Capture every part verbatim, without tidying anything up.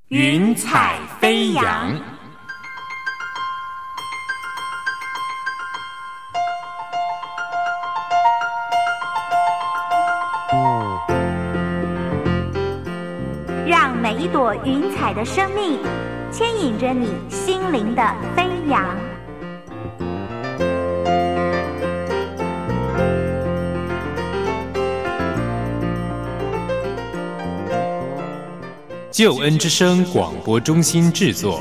云彩飞扬。 让每一朵云彩的生命牵引着你心灵的飞扬。 救恩之声广播中心制作。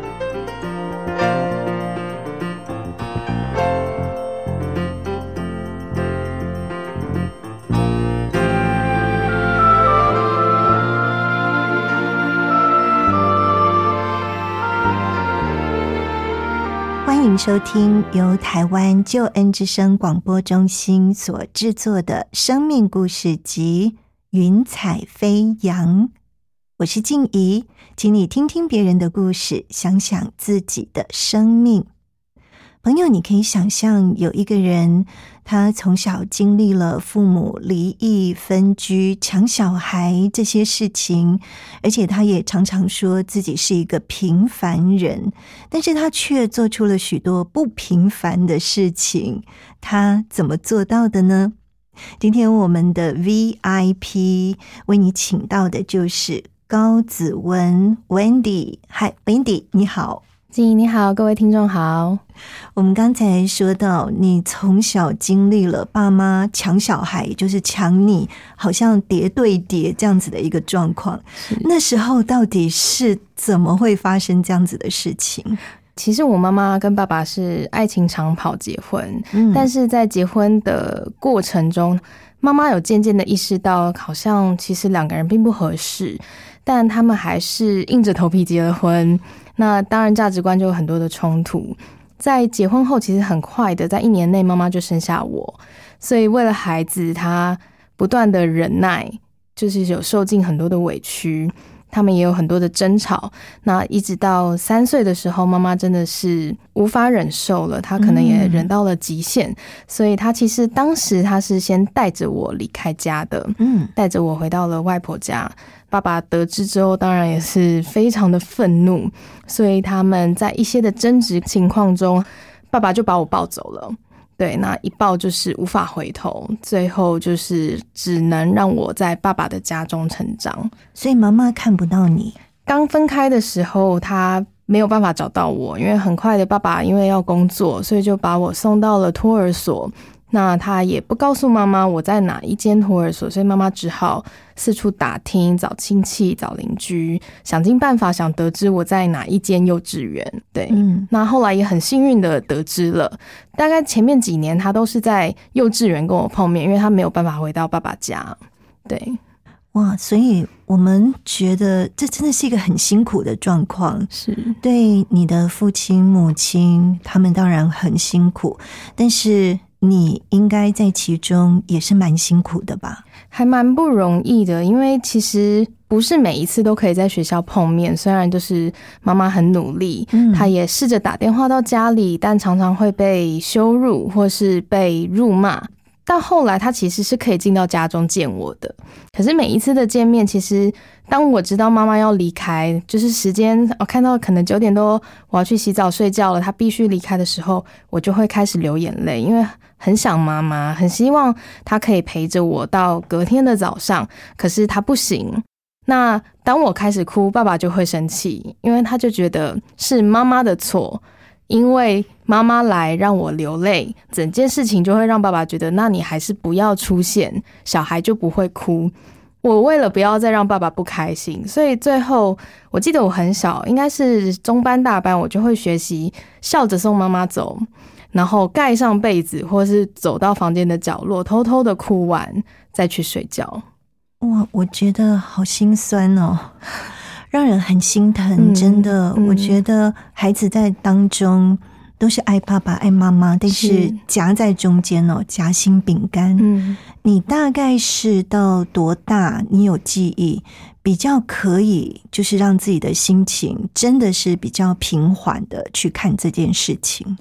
欢迎收听由台湾救恩之声广播中心所制作的生命故事集《云彩飞扬》。我是静怡，请你听听别人的故事，想想自己的生命。朋友，你可以想象有一个人，他从小经历了父母离异、分居、抢小孩这些事情，而且他也常常说自己是一个平凡人，但是他却做出了许多不平凡的事情。他怎么做到的呢？今天我们的 V I P 为你请到的就是高子文 Wendy。 嗨 Wendy， 你好。 静怡你好，各位听众好。 我们刚才说到你从小经历了爸妈抢小孩，就是抢你好像叠对叠这样子的一个状况，那时候到底是怎么会发生这样子的事情？ 其实我妈妈跟爸爸是爱情长跑结婚、嗯、但是在结婚的过程中，妈妈有渐渐的意识到好像其实两个人并不合适，但他们还是硬着头皮结了婚。那当然价值观就有很多的冲突，在结婚后其实很快的，在一年内妈妈就生下我，所以为了孩子她不断的忍耐，就是有受尽很多的委屈，他们也有很多的争吵。那一直到三岁的时候，妈妈真的是无法忍受了，她可能也忍到了极限、嗯、所以她其实当时她是先带着我离开家的，嗯，带着我回到了外婆家。爸爸得知之后当然也是非常的愤怒，所以他们在一些的争执情况中，爸爸就把我抱走了。对，那一抱就是无法回头，最后就是只能让我在爸爸的家中成长。 所以妈妈看不到你。 刚分开的时候他没有办法找到我，因为很快的爸爸因为要工作，所以就把我送到了托儿所。那他也不告诉妈妈我在哪一间托儿所，所以妈妈只好四处打听，找亲戚找邻居，想尽办法想得知我在哪一间幼稚园。对、嗯，那后来也很幸运的得知了，大概前面几年他都是在幼稚园跟我碰面，因为他没有办法回到爸爸家。对， 哇，所以我们觉得这真的是一个很辛苦的状况。 是， 对你的父亲母亲他们当然很辛苦，但是你应该在其中也是蛮辛苦的吧？ 还蛮不容易的，因为其实不是每一次都可以在学校碰面，虽然就是妈妈很努力、嗯、她也试着打电话到家里，但常常会被羞辱或是被辱骂。到后来她其实是可以进到家中见我的，可是每一次的见面，其实当我知道妈妈要离开，就是时间我看到可能九点多我要去洗澡睡觉了，她必须离开的时候，我就会开始流眼泪，因为很想妈妈，很希望她可以陪着我到隔天的早上，可是她不行。那当我开始哭，爸爸就会生气，因为他就觉得是妈妈的错，因为妈妈来让我流泪，整件事情就会让爸爸觉得那你还是不要出现，小孩就不会哭。我为了不要再让爸爸不开心，所以最后我记得我很小，应该是中班大班，我就会学习笑着送妈妈走，然后盖上被子或是走到房间的角落偷偷的哭完再去睡觉。 哇，我觉得好心酸哦，让人很心疼、嗯、真的、嗯、我觉得孩子在当中都是爱爸爸爱妈妈，但是夹在中间哦，夹心饼干。嗯，你大概是到多大你有记忆比较可以就是让自己的心情真的是比较平缓的去看这件事情？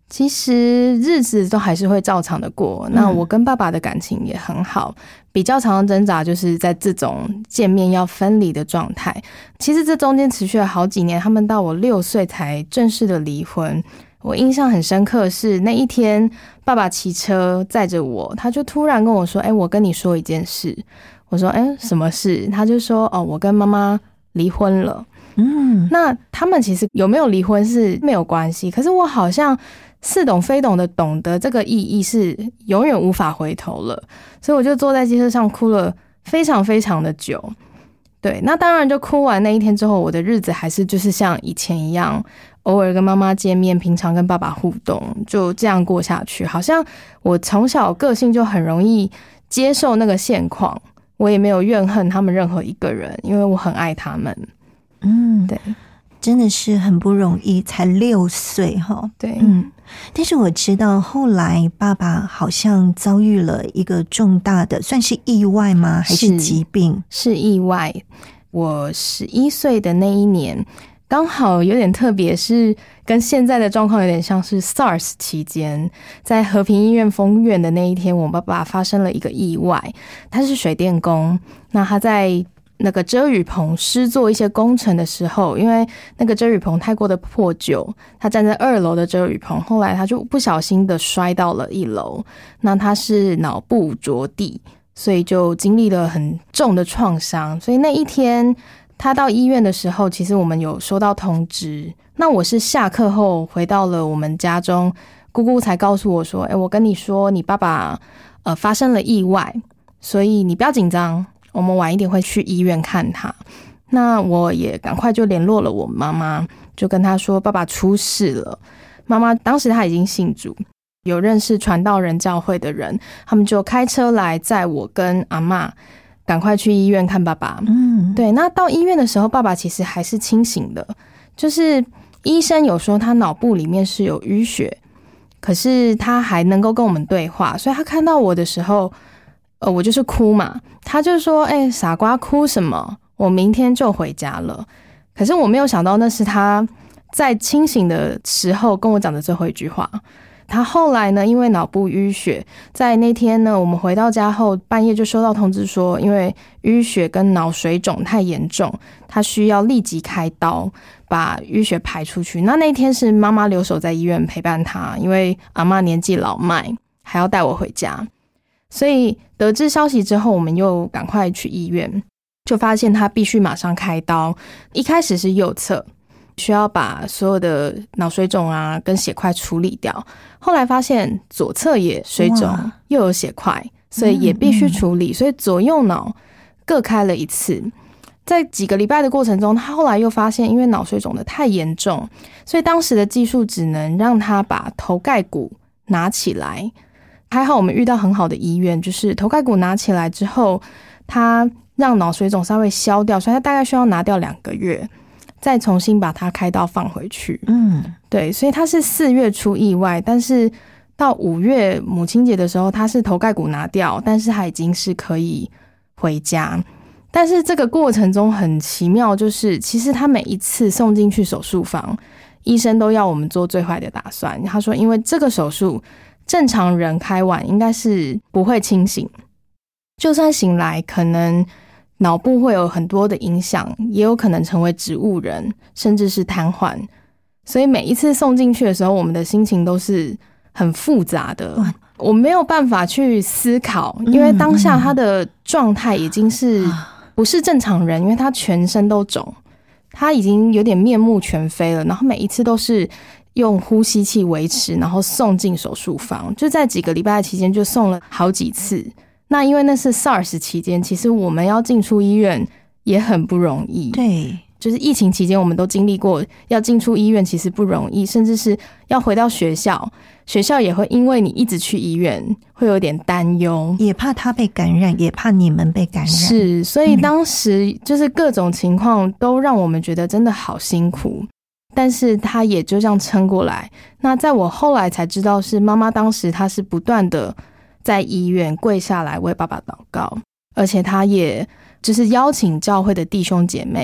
其实日子都还是会照常的过，那我跟爸爸的感情也很好，比较常的挣扎就是在这种见面要分离的状态。其实这中间持续了好几年，他们到我六岁才正式的离婚。我印象很深刻是那一天爸爸骑车载着我，他就突然跟我说，哎、欸，我跟你说一件事。我说，哎、欸，什么事？他就说，哦，我跟妈妈离婚了。嗯，那他们其实有没有离婚是没有关系，可是我好像似懂非懂的懂得这个意义是永远无法回头了，所以我就坐在机车上哭了非常非常的久。对，那当然就哭完那一天之后，我的日子还是就是像以前一样，偶尔跟妈妈见面，平常跟爸爸互动，就这样过下去。好像我从小个性就很容易接受那个现况，我也没有怨恨他们任何一个人，因为我很爱他们。 嗯， 对， 真的是很不容易，才六岁哈。 对， 嗯，但是我知道后来爸爸好像遭遇了一个重大的，算是意外吗？还是疾病？ 是, 是意外。我十一岁的那一年，刚好有点特别，是跟现在的状况有点像是 SARS 期间，在和平医院封院的那一天，我爸爸发生了一个意外。他是水电工，那他在那个遮雨棚施做一些工程的时候，因为那个遮雨棚太过的破旧，他站在二楼的遮雨棚，后来他就不小心的摔到了一楼，那他是脑部着地，所以就经历了很重的创伤。所以那一天他到医院的时候，其实我们有收到通知，那我是下课后回到了我们家中，姑姑才告诉我说，欸，我跟你说你爸爸呃发生了意外，所以你不要紧张，我们晚一点会去医院看他。那我也赶快就联络了我妈妈，就跟她说爸爸出事了。妈妈当时她已经信主，有认识传道人教会的人，他们就开车来载我跟阿嬷赶快去医院看爸爸。嗯，对。那到医院的时候，爸爸其实还是清醒的，就是医生有说他脑部里面是有淤血，可是他还能够跟我们对话，所以他看到我的时候，呃，我就是哭嘛，他就说，欸，傻瓜哭什么？我明天就回家了。可是我没有想到那是他在清醒的时候跟我讲的最后一句话。他后来呢，因为脑部淤血，在那天呢，我们回到家后半夜就收到通知说，因为淤血跟脑水肿太严重，他需要立即开刀把淤血排出去。那那天是妈妈留守在医院陪伴他，因为阿嬷年纪老迈，还要带我回家。所以得知消息之后，我们又赶快去医院，就发现他必须马上开刀。一开始是右侧，需要把所有的脑水肿啊跟血块处理掉，后来发现左侧也水肿又有血块，所以也必须处理，所以左右脑各开了一次。在几个礼拜的过程中，他后来又发现因为脑水肿的太严重，所以当时的技术只能让他把头盖骨拿起来。还好我们遇到很好的医院，就是头盖骨拿起来之后，他让脑水肿稍微消掉，所以他大概需要拿掉两个月，再重新把它开刀放回去。嗯，对，所以他是四月出意外，但是到五月母亲节的时候，他是头盖骨拿掉，但是他已经是可以回家。但是这个过程中很奇妙，就是其实他每一次送进去手术房，医生都要我们做最坏的打算。他说因为这个手术正常人开完应该是不会清醒，就算醒来可能脑部会有很多的影响，也有可能成为植物人，甚至是瘫痪。所以每一次送进去的时候，我们的心情都是很复杂的，我没有办法去思考，因为当下他的状态已经是不是正常人，因为他全身都肿，他已经有点面目全非了，然后每一次都是用呼吸器维持，然后送进手术房，就在几个礼拜的期间就送了好几次。那因为那是 SARS 期间，其实我们要进出医院也很不容易。 对， 就是疫情期间我们都经历过，要进出医院其实不容易，甚至是要回到学校，学校也会因为你一直去医院会有点担忧， 也怕他被感染，也怕你们被感染。 是，所以当时就是各种情况都让我们觉得真的好辛苦，但是他也就这样撑过来。那在我后来才知道，是妈妈当时她是不断的在医院跪下来为爸爸祷告，而且他也就是邀请教会的弟兄姐妹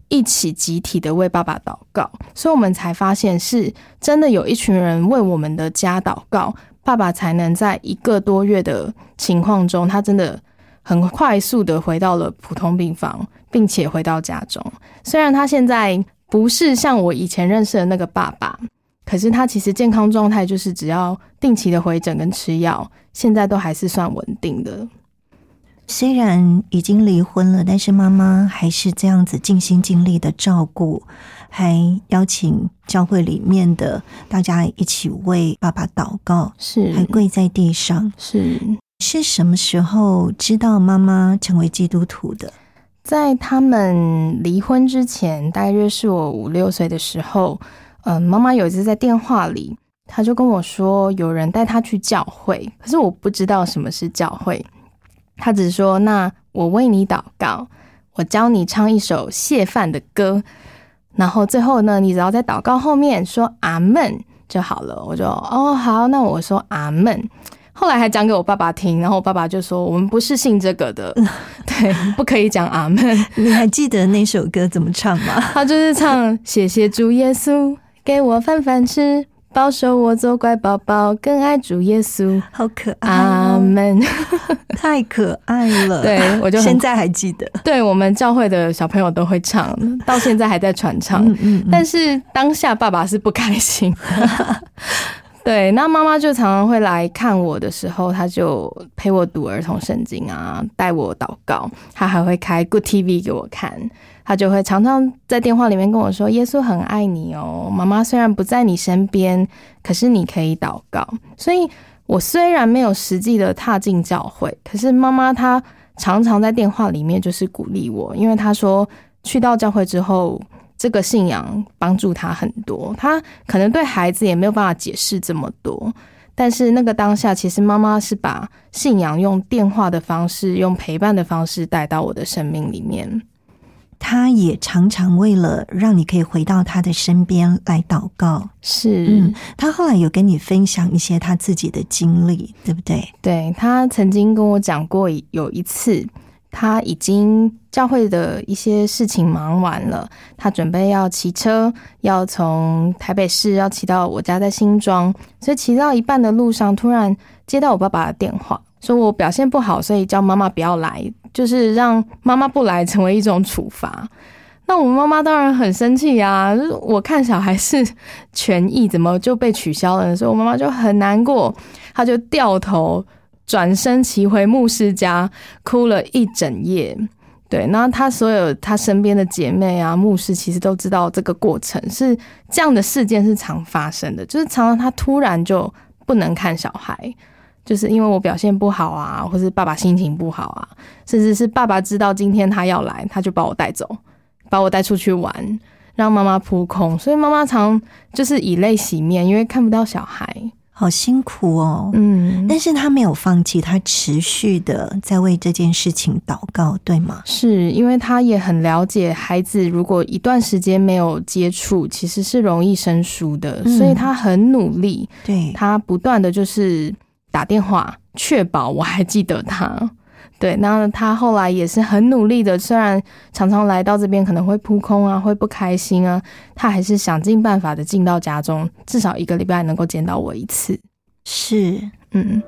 一起集体的为爸爸祷告，所以我们才发现是真的有一群人为我们的家祷告，爸爸才能在一个多月的情况中，他真的很快速的回到了普通病房，并且回到家中。虽然他现在不是像我以前认识的那个爸爸，可是他其实健康状态就是只要定期的回诊跟吃药，现在都还是算稳定的。 虽然已经离婚了，但是妈妈还是这样子尽心尽力的照顾，还邀请教会里面的大家一起为爸爸祷告， 是还跪在地上。 是是什么时候知道妈妈成为基督徒的？ 在他们离婚之前，大约是我五六岁的时候，嗯，妈妈有一次在电话里，她就跟我说有人带她去教会，可是我不知道什么是教会。他只说那我为你祷告，我教你唱一首谢饭的歌，然后最后呢你只要在祷告后面说阿们就好了。我就哦好，那我说阿们。后来还讲给我爸爸听，然后我爸爸就说我们不是信这个的，对，不可以讲阿们。 你还记得那首歌怎么唱吗？ 他就是唱谢谢主耶稣给我饭饭吃，保守我做乖宝宝，更爱主耶稣。 好可爱、哦、 阿们。 太可爱了。 对，我就现在还记得。 对，我们教会的小朋友都会唱，到现在还在传唱。嗯嗯嗯，但是当下爸爸是不开心的。对，那妈妈就常常会来看我的时候，她就陪我读儿童圣经啊，带我祷告，她还会开 Good T V 给我看，她就会常常在电话里面跟我说耶稣很爱你哦，妈妈虽然不在你身边，可是你可以祷告。所以我虽然没有实际的踏进教会，可是妈妈她常常在电话里面就是鼓励我，因为她说去到教会之后，这个信仰帮助他很多，他可能对孩子也没有办法解释这么多，但是那个当下其实妈妈是把信仰用电话的方式，用陪伴的方式带到我的生命里面。 他也常常为了让你可以回到他的身边来祷告。 是， 嗯，他后来有跟你分享一些他自己的经历，对不对？ 对，他曾经跟我讲过，有一次他已经教会的一些事情忙完了，他准备要骑车，要从台北市要骑到我家在新庄，所以骑到一半的路上，突然接到我爸爸的电话，说我表现不好，所以叫妈妈不要来，就是让妈妈不来成为一种处罚。那我妈妈当然很生气啊，我看小孩是权益，怎么就被取消了呢？所以我妈妈就很难过，她就掉头转身骑回牧师家，哭了一整夜。对，那他所有他身边的姐妹啊、牧师其实都知道这个过程，是这样的事件是常发生的，就是常常他突然就不能看小孩，就是因为我表现不好啊，或是爸爸心情不好啊，甚至是爸爸知道今天他要来，他就把我带走，把我带出去玩，让妈妈扑空，所以妈妈常就是以泪洗面，因为看不到小孩。 好辛苦哦，嗯，但是他没有放弃，他持续的在为这件事情祷告，对吗？ 是，因为他也很了解孩子如果一段时间没有接触，其实是容易生疏的，嗯，所以他很努力， 对， 他不断的就是打电话，确保我还记得他。对，那他后来也是很努力的，虽然常常来到这边可能会扑空啊，会不开心啊，他还是想尽办法的进到家中，至少一个礼拜能够见到我一次。 是， 嗯。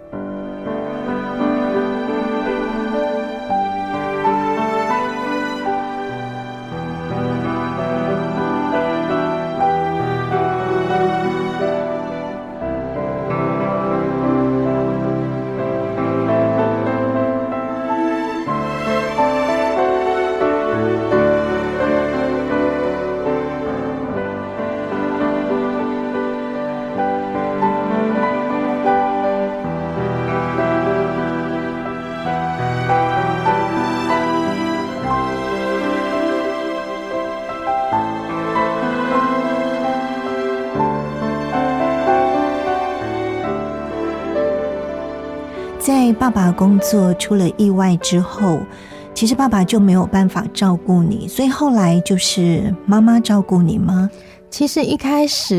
在爸爸工作出了意外之后，其实爸爸就没有办法照顾你，所以后来就是妈妈照顾你吗？ 其实一开始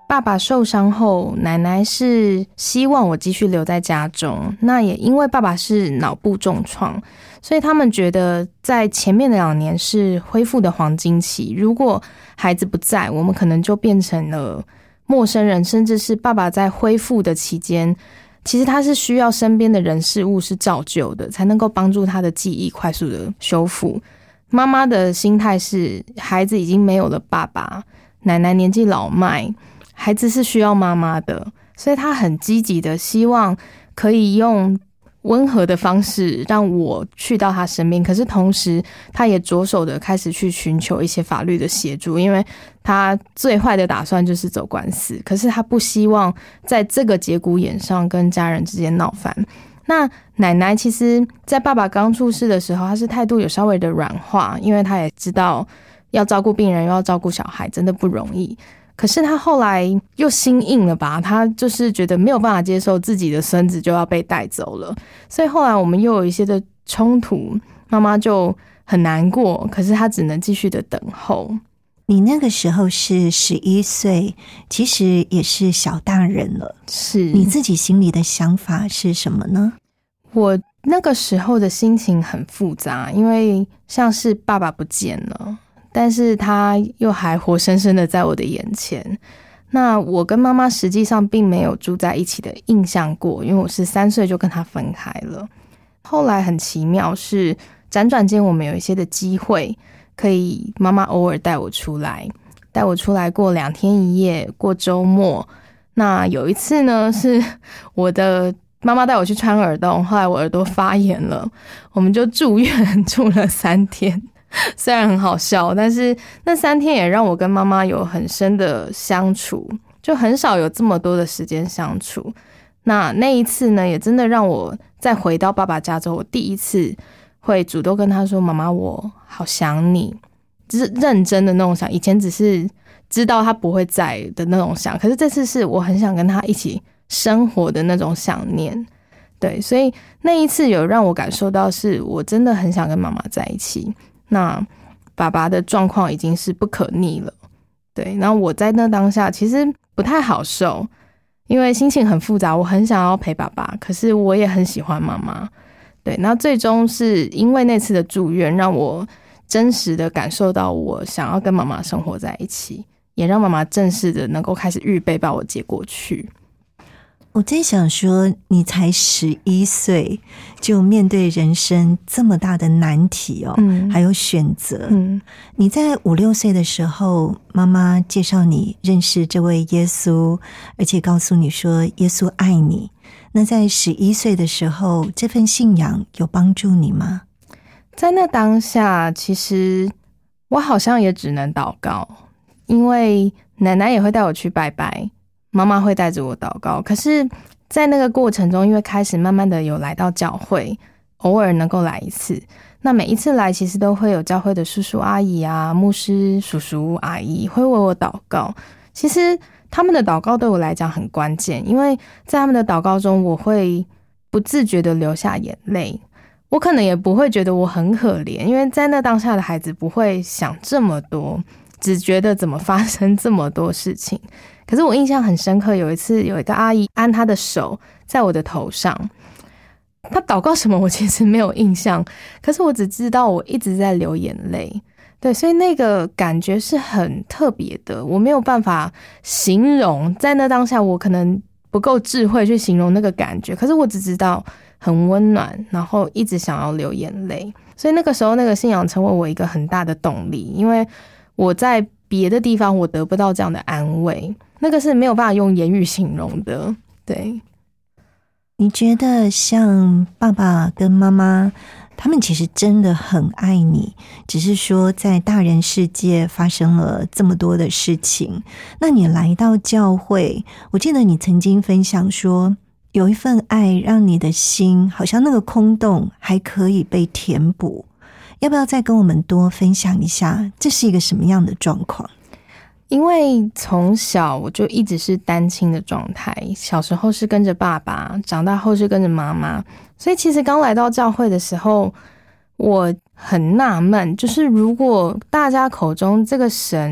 爸爸受伤后，奶奶是希望我继续留在家中。那也因为爸爸是脑部重创，所以他们觉得在前面的两年是恢复的黄金期。如果孩子不在，我们可能就变成了陌生人，甚至是爸爸在恢复的期间，其实他是需要身边的人事物是照旧的，才能够帮助他的记忆快速的修复。妈妈的心态是，孩子已经没有了爸爸，奶奶年纪老迈，孩子是需要妈妈的，所以他很积极的希望可以用温和的方式让我去到他身边，可是同时他也着手的开始去寻求一些法律的协助，因为他最坏的打算就是走官司，可是他不希望在这个节骨眼上跟家人之间闹翻。那奶奶其实在爸爸刚出事的时候，她是态度有稍微的软化，因为她也知道要照顾病人又要照顾小孩真的不容易，可是她后来又心硬了吧，她就是觉得没有办法接受自己的孙子就要被带走了，所以后来我们又有一些的冲突，妈妈就很难过，可是她只能继续的等候。 你那个时候是十一岁，其实也是小大人了， 是你自己心里的想法是什么呢？ 我那个时候的心情很复杂，因为像是爸爸不见了，但是他又还活生生的在我的眼前。那我跟妈妈实际上并没有住在一起的印象过，因为我是三岁就跟他分开了。后来很奇妙是辗转间我们有一些的机会，可以妈妈偶尔带我出来，带我出来过两天一夜，过周末。那有一次呢，是我的妈妈带我去穿耳洞，后来我耳朵发炎了，我们就住院住了三天。虽然很好笑，但是那三天也让我跟妈妈有很深的相处，就很少有这么多的时间相处。那那一次呢，也真的让我再回到爸爸家之后，我第一次会主动跟他说：“妈妈，我好想你。”就是认真的那种想，以前只是知道他不会在的那种想，可是这次是我很想跟他一起生活的那种想念。对，所以那一次有让我感受到是我真的很想跟妈妈在一起。那爸爸的状况已经是不可逆了，对，然后我在那当下其实不太好受，因为心情很复杂，我很想要陪爸爸，可是我也很喜欢妈妈，对，那最终是因为那次的住院，让我真实的感受到我想要跟妈妈生活在一起，也让妈妈正式的能够开始预备把我接过去。 我在想说，你才十一岁就面对人生这么大的难题哦，嗯、还有选择。嗯，你在五六岁的时候，妈妈介绍你认识这位耶稣，而且告诉你说耶稣爱你。那在十一岁的时候，这份信仰有帮助你吗？ 在那当下，其实我好像也只能祷告，因为奶奶也会带我去拜拜。妈妈会带着我祷告，可是在那个过程中，因为开始慢慢的有来到教会，偶尔能够来一次，那每一次来其实都会有教会的叔叔阿姨啊、牧师叔叔阿姨会为我祷告。其实他们的祷告对我来讲很关键，因为在他们的祷告中，我会不自觉的流下眼泪。我可能也不会觉得我很可怜，因为在那当下的孩子不会想这么多，只觉得怎么发生这么多事情。可是我印象很深刻，有一次有一个阿姨按她的手在我的头上，她祷告什么我其实没有印象，可是我只知道我一直在流眼泪。对，所以那个感觉是很特别的，我没有办法形容，在那当下我可能不够智慧去形容那个感觉，可是我只知道很温暖，然后一直想要流眼泪。所以那个时候那个信仰成为我一个很大的动力，因为我在别的地方我得不到这样的安慰，那个是没有办法用言语形容的。对， 你觉得像爸爸跟妈妈他们其实真的很爱你，只是说在大人世界发生了这么多的事情。那你来到教会，我记得你曾经分享说有一份爱让你的心好像那个空洞还可以被填补，要不要再跟我们多分享一下这是一个什么样的状况？ 因为从小我就一直是单亲的状态，小时候是跟着爸爸，长大后是跟着妈妈，所以其实刚来到教会的时候我很纳闷，就是如果大家口中这个神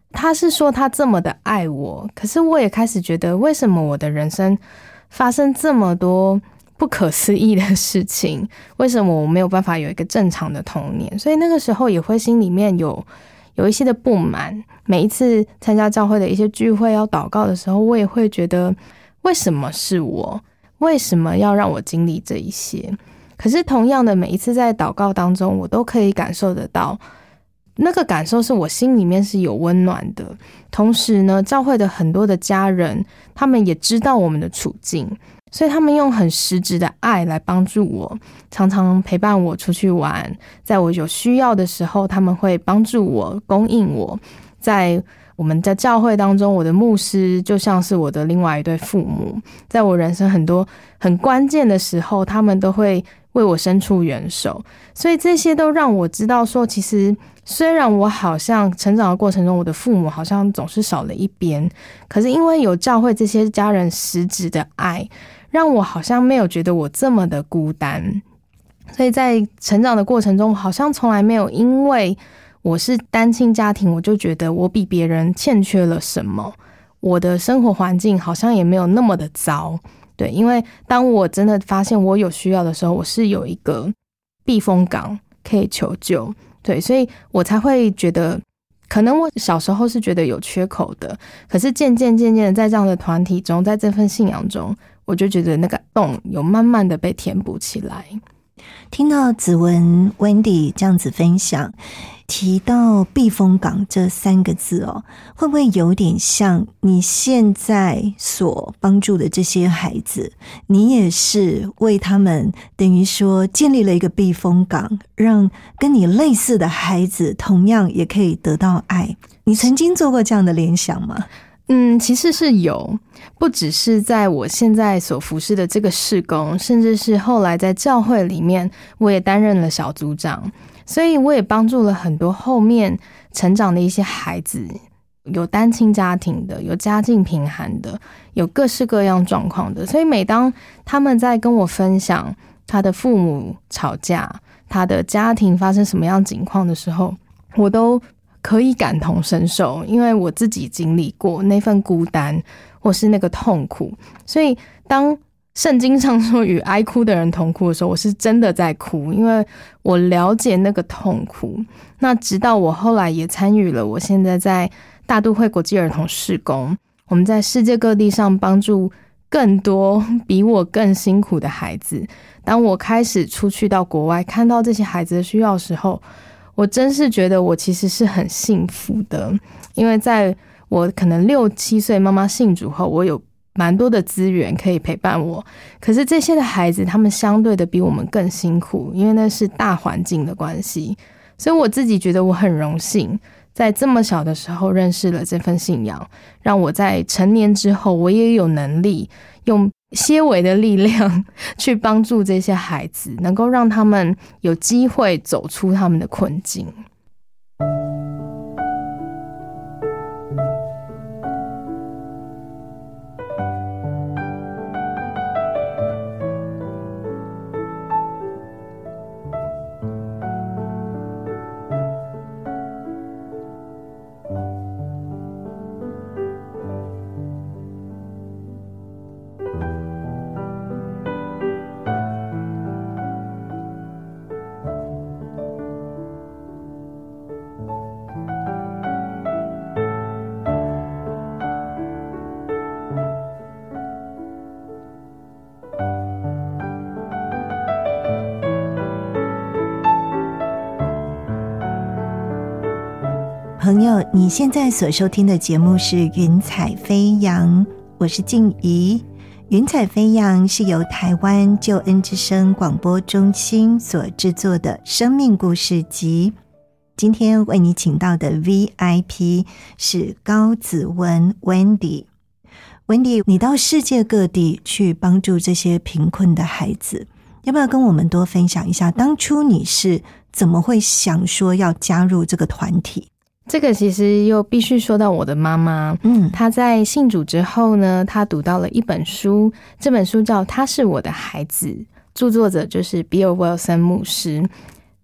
他是说他这么的爱我，可是我也开始觉得，为什么我的人生发生这么多不可思议的事情？为什么我没有办法有一个正常的童年？所以那个时候也会心里面有有一些的不满。每一次参加教会的一些聚会要祷告的时候，我也会觉得，为什么是我？为什么要让我经历这一些？可是同样的，每一次在祷告当中，我都可以感受得到，那个感受是我心里面是有温暖的。同时呢，教会的很多的家人，他们也知道我们的处境，所以他们用很实质的爱来帮助我，常常陪伴我出去玩，在我有需要的时候，他们会帮助我，供应我。在我们在教会当中，我的牧师就像是我的另外一对父母，在我人生很多很关键的时候，他们都会为我伸出援手。所以这些都让我知道说，其实虽然我好像成长的过程中，我的父母好像总是少了一边，可是因为有教会这些家人实质的爱，让我好像没有觉得我这么的孤单。所以在成长的过程中，好像从来没有因为我是单亲家庭，我就觉得我比别人欠缺了什么，我的生活环境好像也没有那么的糟。对，因为当我真的发现我有需要的时候，我是有一个避风港可以求救。对，所以我才会觉得，可能我小时候是觉得有缺口的，可是渐渐渐渐的在这样的团体中，在这份信仰中，我就觉得那个洞有慢慢的被填补起来。 听到子文 Wendy 这样子分享，提到避风港这三个字哦，会不会有点像你现在所帮助的这些孩子，你也是为他们等于说建立了一个避风港，让跟你类似的孩子同样也可以得到爱？你曾经做过这样的联想吗？ 嗯，其实是有，不只是在我现在所服侍的这个事工，甚至是后来在教会里面，我也担任了小组长，所以我也帮助了很多后面成长的一些孩子，有单亲家庭的，有家境贫寒的，有各式各样状况的。所以每当他们在跟我分享他的父母吵架，他的家庭发生什么样情况的时候，我都可以感同身受，因为我自己经历过那份孤单或是那个痛苦。所以当圣经上说与哀哭的人同哭的时候，我是真的在哭，因为我了解那个痛苦。那直到我后来也参与了我现在在大都会国际儿童事工，我们在世界各地上帮助更多比我更辛苦的孩子。当我开始出去到国外，看到这些孩子的需要的时候，我真是觉得我其实是很幸福的。因为在我可能六七岁妈妈信主后，我有蛮多的资源可以陪伴我，可是这些的孩子他们相对的比我们更辛苦，因为那是大环境的关系。所以我自己觉得我很荣幸在这么小的时候认识了这份信仰，让我在成年之后我也有能力用些微的力量去帮助这些孩子，能够让他们有机会走出他们的困境。 朋友，你现在所收听的节目是云彩飞扬，我是静怡。云彩飞扬是由台湾救恩之声广播中心所制作的生命故事集。今天为你请到的 V I P 是高子文 Wendy。 Wendy， 你到世界各地去帮助这些贫困的孩子，要不要跟我们多分享一下，当初你是怎么会想说要加入这个团体？ 这个其实又必须说到我的妈妈，嗯，她在信主之后呢，她读到了一本书，这本书叫《他是我的孩子》，著作者就是比尔·威尔森牧师。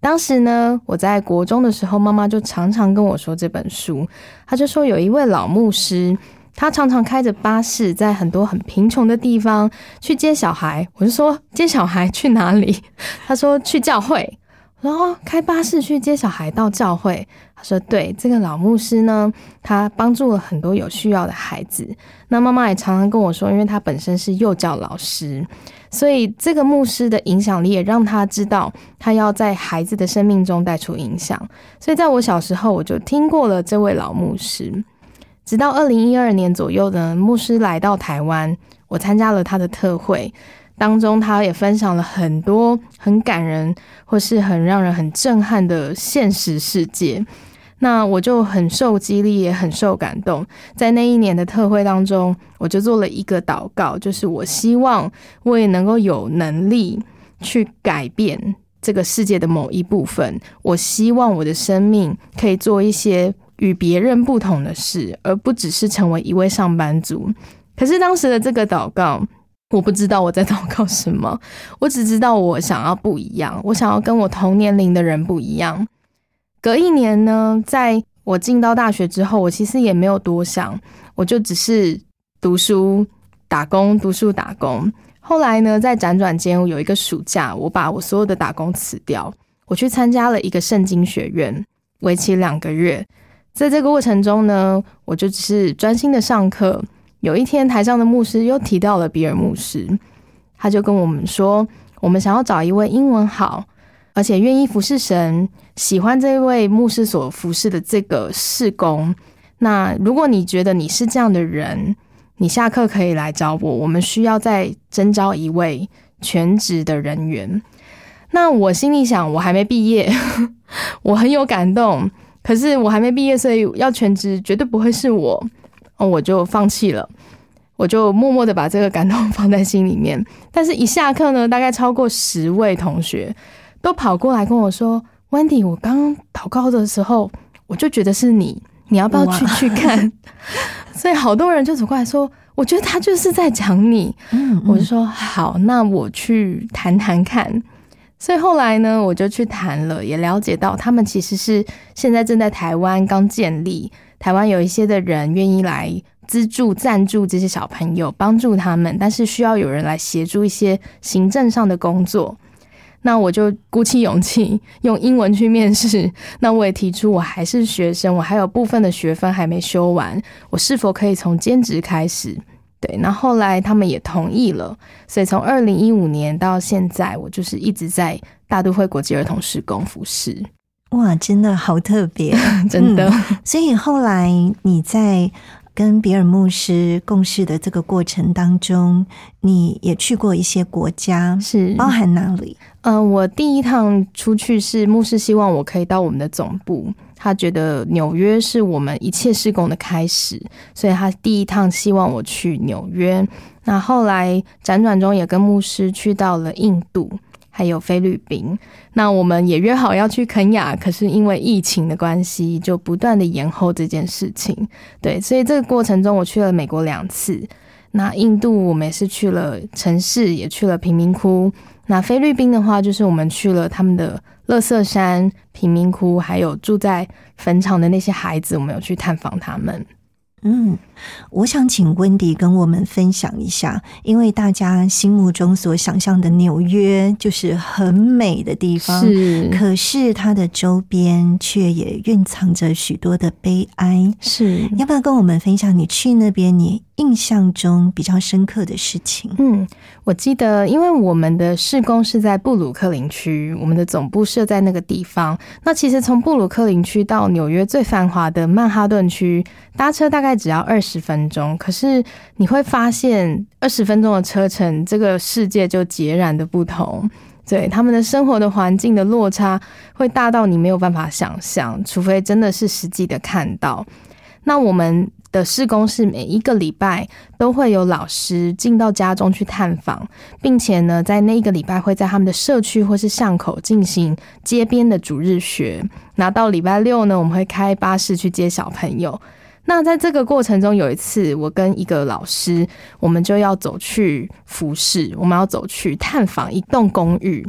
当时呢，我在国中的时候，妈妈就常常跟我说这本书。她就说有一位老牧师，他常常开着巴士在很多很贫穷的地方去接小孩。我就说接小孩去哪里？他说去教会。我说哦，开巴士去接小孩到教会。他说对，这个老牧师呢，他帮助了很多有需要的孩子。那妈妈也常常跟我说，因为他本身是幼教老师，所以这个牧师的影响力也让他知道他要在孩子的生命中带出影响。所以在我小时候我就听过了这位老牧师。直到二零一二年左右呢，牧师来到台湾，我参加了他的特会，当中他也分享了很多很感人或是很让人很震撼的现实世界。那我就很受激励，也很受感动。在那一年的特会当中，我就做了一个祷告，就是我希望我也能够有能力去改变这个世界的某一部分。我希望我的生命可以做一些与别人不同的事，而不只是成为一位上班族。可是当时的这个祷告，我不知道我在祷告什么，我只知道我想要不一样，我想要跟我同年龄的人不一样。隔一年呢，在我进到大学之后，我其实也没有多想，我就只是读书打工读书打工。后来呢，在辗转间有一个暑假，我把我所有的打工辞掉，我去参加了一个圣经学院，为期两个月。在这个过程中呢，我就只是专心的上课。有一天台上的牧师又提到了比尔牧师，他就跟我们说，我们想要找一位英文好而且愿意服侍神，喜欢这位牧师所服侍的这个事工。那如果你觉得你是这样的人，你下课可以来找我，我们需要再征召一位全职的人员。那我心里想，我还没毕业我很有感动，可是我还没毕业，所以要全职绝对不会是我、哦、我就放弃了，我就默默的把这个感动放在心里面。但是一下课呢，大概超过十位同学都跑过来跟我说， Wendy 我刚刚祷告的时候我就觉得是你，你要不要去去看？所以好多人就走过来说，我觉得他就是在讲你。嗯嗯我就说好，那我去谈谈看。所以后来呢，我就去谈了，也了解到他们其实是现在正在台湾刚建立，台湾有一些的人愿意来资助赞助这些小朋友，帮助他们，但是需要有人来协助一些行政上的工作。那我就鼓起勇气用英文去面试，那我也提出我还是学生，我还有部分的学分还没修完，我是否可以从兼职开始。对，那后来他们也同意了，所以从二零一五年到现在，我就是一直在大都会国际儿童事工服侍。 哇，真的好特别真的、 嗯、所以后来你在跟比尔牧师共事的这个过程当中，你也去过一些国家， 是包含哪里？ 呃，我第一趟出去是牧师希望我可以到我们的总部，他觉得纽约是我们一切事工的开始，所以他第一趟希望我去纽约。那后来辗转中也跟牧师去到了印度还有菲律宾，那我们也约好要去肯亚，可是因为疫情的关系就不断的延后这件事情。对，所以这个过程中我去了美国两次，那印度我们也是去了城市，也去了贫民窟。那菲律宾的话，就是我们去了他们的垃圾山、贫民窟，还有住在坟场的那些孩子，我们有去探访他们。 嗯，我想请温迪跟我们分享一下，因为大家心目中所想象的纽约就是很美的地方， 是， 可是它的周边却也蕴藏着许多的悲哀。 是， 要不要跟我们分享你去那边你印象中比较深刻的事情？ 嗯，我记得因为我们的事工是在布鲁克林区，我们的总部设在那个地方。那其实从布鲁克林区到纽约最繁华的曼哈顿区，搭车大概只要二十分钟，可是你会发现二十分钟的车程，这个世界就截然的不同。对，他们的生活的环境的落差会大到你没有办法想象，除非真的是实际的看到。那我们的事工是每一个礼拜都会有老师进到家中去探访，并且呢，在那一个礼拜会在他们的社区或是巷口进行街边的主日学。那到礼拜六呢，我们会开巴士去接小朋友。那在这个过程中，有一次我跟一个老师，我们就要走去服侍，我们要走去探访一栋公寓。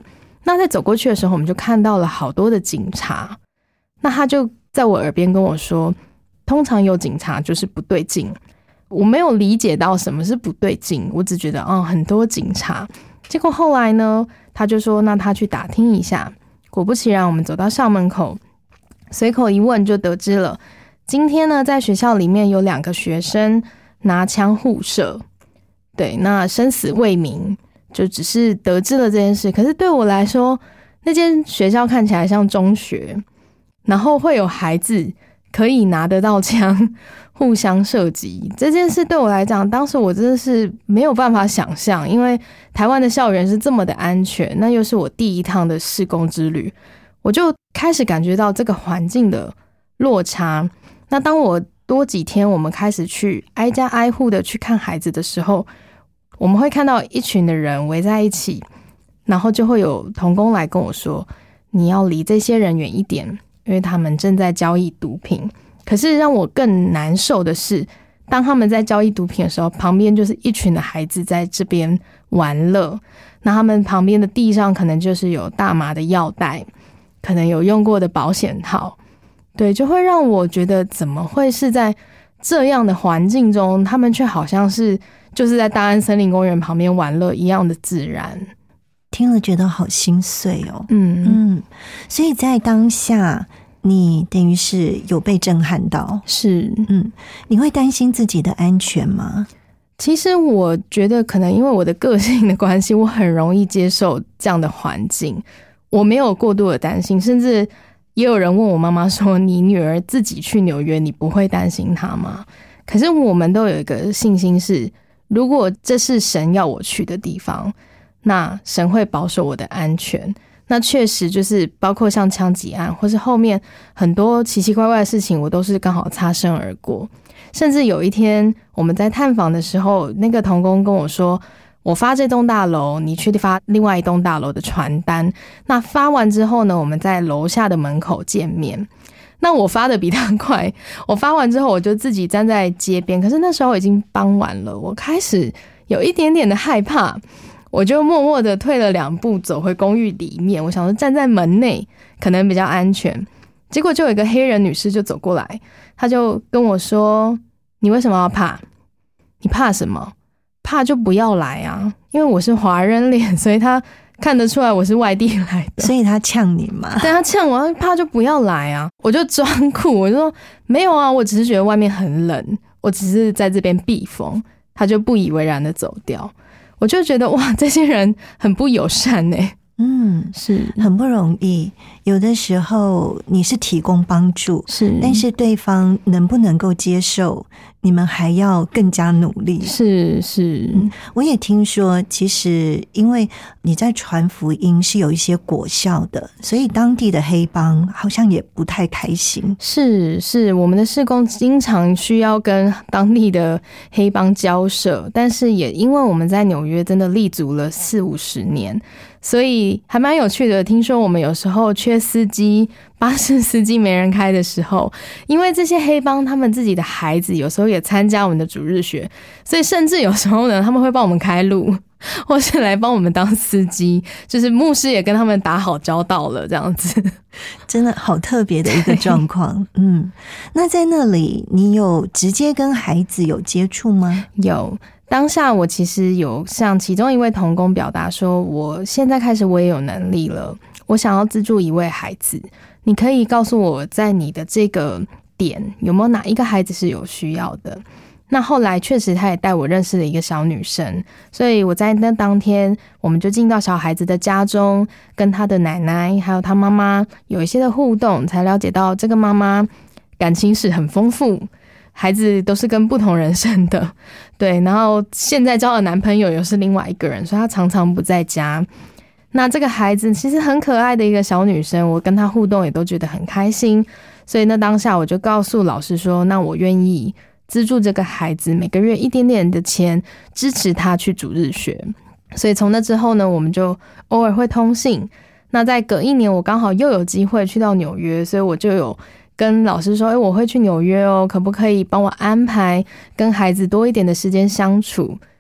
那在走过去的时候，我们就看到了好多的警察。那他就在我耳边跟我说，通常有警察就是不对劲。我没有理解到什么是不对劲，我只觉得哦，很多警察。结果后来呢，他就说那他去打听一下。果不其然，我们走到校门口，随口一问就得知了，今天呢在学校里面有两个学生拿枪互射。对，那生死未明，就只是得知了这件事。可是对我来说，那间学校看起来像中学，然后会有孩子可以拿得到枪互相射击，这件事对我来讲，当时我真的是没有办法想象，因为台湾的校园是这么的安全，那又是我第一趟的事工之旅，我就开始感觉到这个环境的落差。那当我多几天我们开始去挨家挨户的去看孩子的时候，我们会看到一群的人围在一起，然后就会有同工来跟我说，你要离这些人远一点，因为他们正在交易毒品。可是让我更难受的是，当他们在交易毒品的时候，旁边就是一群的孩子在这边玩乐，那他们旁边的地上可能就是有大麻的药袋，可能有用过的保险套。对，就会让我觉得怎么会是在这样的环境中，他们却好像是就是在大安森林公园旁边玩乐一样的自然。 听了觉得好心碎哦。 嗯嗯，所以在当下你等于是有被震撼到。 是。 嗯，你会担心自己的安全吗？ 其实我觉得可能因为我的个性的关系，我很容易接受这样的环境，我没有过度的担心。甚至也有人问我妈妈说，你女儿自己去纽约，你不会担心她吗？可是我们都有一个信心是，如果这是神要我去的地方，那神会保守我的安全。那确实就是包括像枪击案或是后面很多奇奇怪怪的事情，我都是刚好擦身而过。甚至有一天我们在探访的时候，那个同工跟我说，我发这栋大楼，你去发另外一栋大楼的传单，那发完之后呢，我们在楼下的门口见面。那我发的比他快，我发完之后我就自己站在街边，可是那时候已经傍晚了，我开始有一点点的害怕，我就默默的退了两步走回公寓里面，我想说站在门内可能比较安全。结果就有一个黑人女士就走过来，她就跟我说，你为什么要怕？你怕什么？怕就不要来啊，因为我是华人脸，所以她看得出来我是外地来的， 所以她呛你嘛？ 对，她呛我，怕就不要来啊。我就装酷，我就说没有啊，我只是觉得外面很冷，我只是在这边避风。她就不以为然的走掉。我就觉得哇，这些人很不友善欸。 嗯， 是很不容易。有的时候你是提供帮助， 是， 但是对方能不能够接受，你们还要更加努力。 是是、 嗯，我也听说，其实因为你在传福音是有一些果效的，所以当地的黑帮好像也不太开心。 是是，我们的事工经常需要跟当地的黑帮交涉，但是也因为我们在纽约真的立足了四五十年，所以还蛮有趣的。听说我们有时候缺司机，巴士司机没人开的时候，因为这些黑帮他们自己的孩子有时候也参加我们的主日学，所以甚至有时候呢，他们会帮我们开路，或是来帮我们当司机，就是牧师也跟他们打好交道了，这样子。 真的好特别的一个状况。嗯，那在那里你有直接跟孩子有接触吗？ 有。当下我其实有向其中一位同工表达说，我现在开始我也有能力了，我想要资助一位孩子，你可以告诉我在你的这个点有没有哪一个孩子是有需要的。那后来确实他也带我认识了一个小女生，所以我在那当天我们就进到小孩子的家中，跟他的奶奶还有他妈妈有一些的互动，才了解到这个妈妈感情史很丰富，孩子都是跟不同人生的，对，然后现在交的男朋友又是另外一个人，所以他常常不在家。那这个孩子其实很可爱的一个小女生，我跟她互动也都觉得很开心，所以那当下我就告诉老师说，那我愿意资助这个孩子每个月一点点的钱，支持他去主日学。所以从那之后呢，我们就偶尔会通信。那在隔一年我刚好又有机会去到纽约，所以我就有跟老师说，诶，我会去纽约哦，可不可以帮我安排跟孩子多一点的时间相处？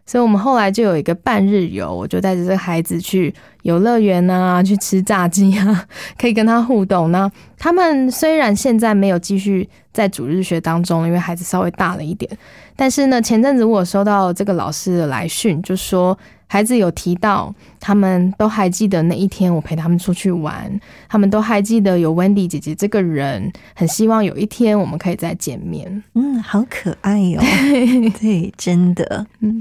所以我们后来就有一个半日游，我就带着这个孩子去游乐园啊，去吃炸鸡啊，可以跟他互动。那他们虽然现在没有继续在主日学当中，因为孩子稍微大了一点，但是呢，前阵子我有收到这个老师的来讯，就说孩子有提到他们都还记得那一天我陪他们出去玩，他们都还记得有 Wendy 姐姐这个人，很希望有一天我们可以再见面。 嗯，好可爱哦。对，真的。嗯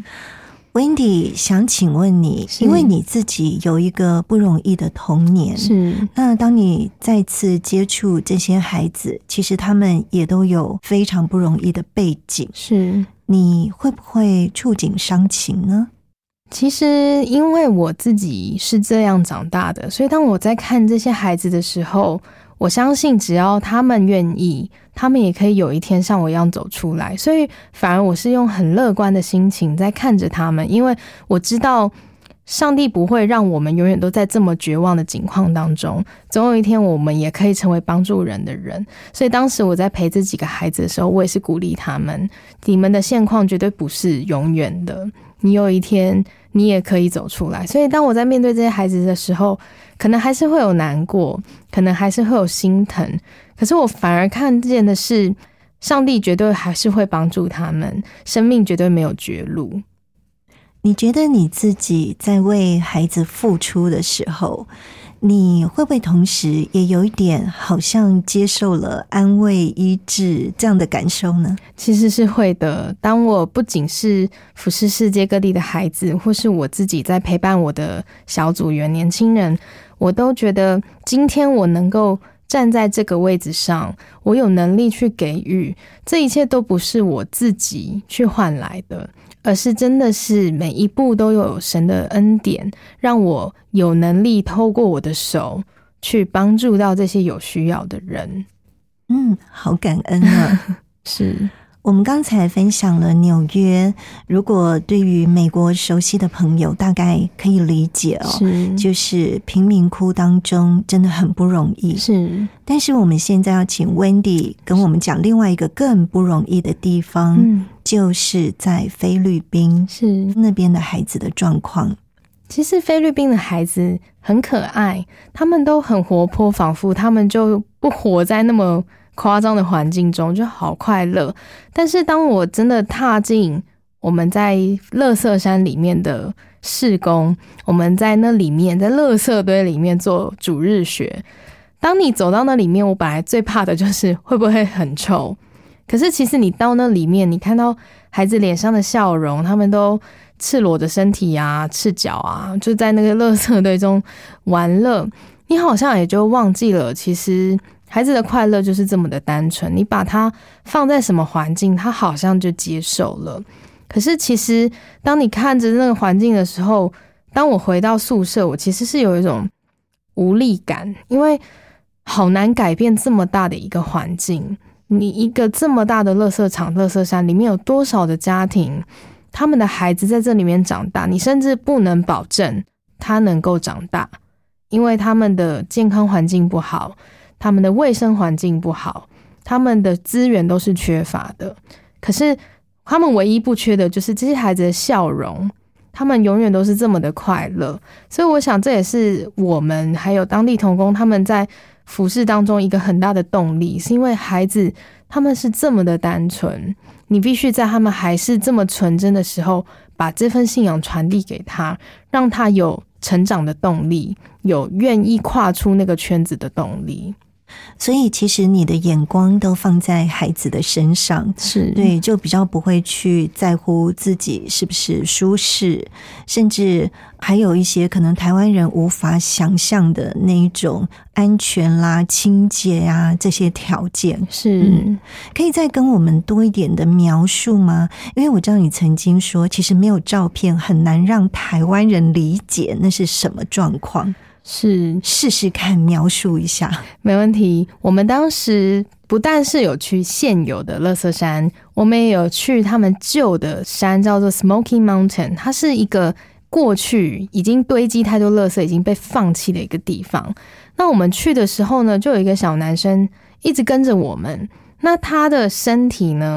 ，Wendy 想请问你，因为你自己有一个不容易的童年， 是那当你再次接触这些孩子，其实他们也都有非常不容易的背景， 是你会不会触景伤情呢？ 其实因为我自己是这样长大的，所以当我在看这些孩子的时候，我相信只要他们愿意，他们也可以有一天像我一样走出来。所以反而我是用很乐观的心情在看着他们，因为我知道上帝不会让我们永远都在这么绝望的境况当中，总有一天我们也可以成为帮助人的人。所以当时我在陪这几个孩子的时候，我也是鼓励他们，你们的现况绝对不是永远的，你有一天你也可以走出来。所以当我在面对这些孩子的时候，可能还是会有难过，可能还是会有心疼，可是我反而看见的是上帝绝对还是会帮助他们，生命绝对没有绝路。 你觉得你自己在为孩子付出的时候，你会不会同时也有一点好像接受了安慰医治这样的感受呢？ 其实是会的。当我不仅是服侍世界各地的孩子，或是我自己在陪伴我的小组员年轻人，我都觉得今天我能够站在这个位置上，我有能力去给予，这一切都不是我自己去换来的，而是真的是每一步都有神的恩典，让我有能力透过我的手去帮助到这些有需要的人。 嗯，好感恩啊。 是我们刚才分享了纽约，如果对于美国熟悉的朋友大概可以理解哦， 是就是贫民窟当中真的很不容易。 是， 但是我们现在要请 Wendy 跟我们讲另外一个更不容易的地方，嗯，就是在菲律宾， 是那边的孩子的状况。 其实菲律宾的孩子很可爱，他们都很活泼，仿佛他们就不活在那么夸张的环境中，就好快乐。但是当我真的踏进我们在垃圾山里面的事工，我们在那里面在垃圾堆里面做主日学，当你走到那里面，我本来最怕的就是会不会很臭，可是其实你到那里面，你看到孩子脸上的笑容，他们都赤裸的身体啊，赤脚啊，就在那个垃圾堆中玩乐，你好像也就忘记了其实孩子的快乐就是这么的单纯，你把它放在什么环境，他好像就接受了。可是其实当你看着那个环境的时候，当我回到宿舍，我其实是有一种无力感，因为好难改变这么大的一个环境。你一个这么大的垃圾场、垃圾山里面有多少的家庭，他们的孩子在这里面长大，你甚至不能保证他能够长大，因为他们的健康环境不好，他们的卫生环境不好，他们的资源都是缺乏的。可是他们唯一不缺的就是这些孩子的笑容，他们永远都是这么的快乐。所以我想这也是我们还有当地同工他们在服事当中一个很大的动力，是因为孩子他们是这么的单纯，你必须在他们还是这么纯真的时候，把这份信仰传递给他，让他有成长的动力，有愿意跨出那个圈子的动力。 所以其实你的眼光都放在孩子的身上， 是对，就比较不会去在乎自己是不是舒适，甚至还有一些可能台湾人无法想象的那一种安全啦、清洁啊这些条件。 是、 嗯、可以再跟我们多一点的描述吗？因为我知道你曾经说其实没有照片很难让台湾人理解那是什么状况， 是试试看描述一下。 没问题。我们当时不但是有去现有的垃圾山，我们也有去他们旧的山，叫做 Smoky Mountain， 它是一个过去已经堆积太多垃圾已经被放弃的一个地方。那我们去的时候呢，就有一个小男生一直跟着我们，那他的身体呢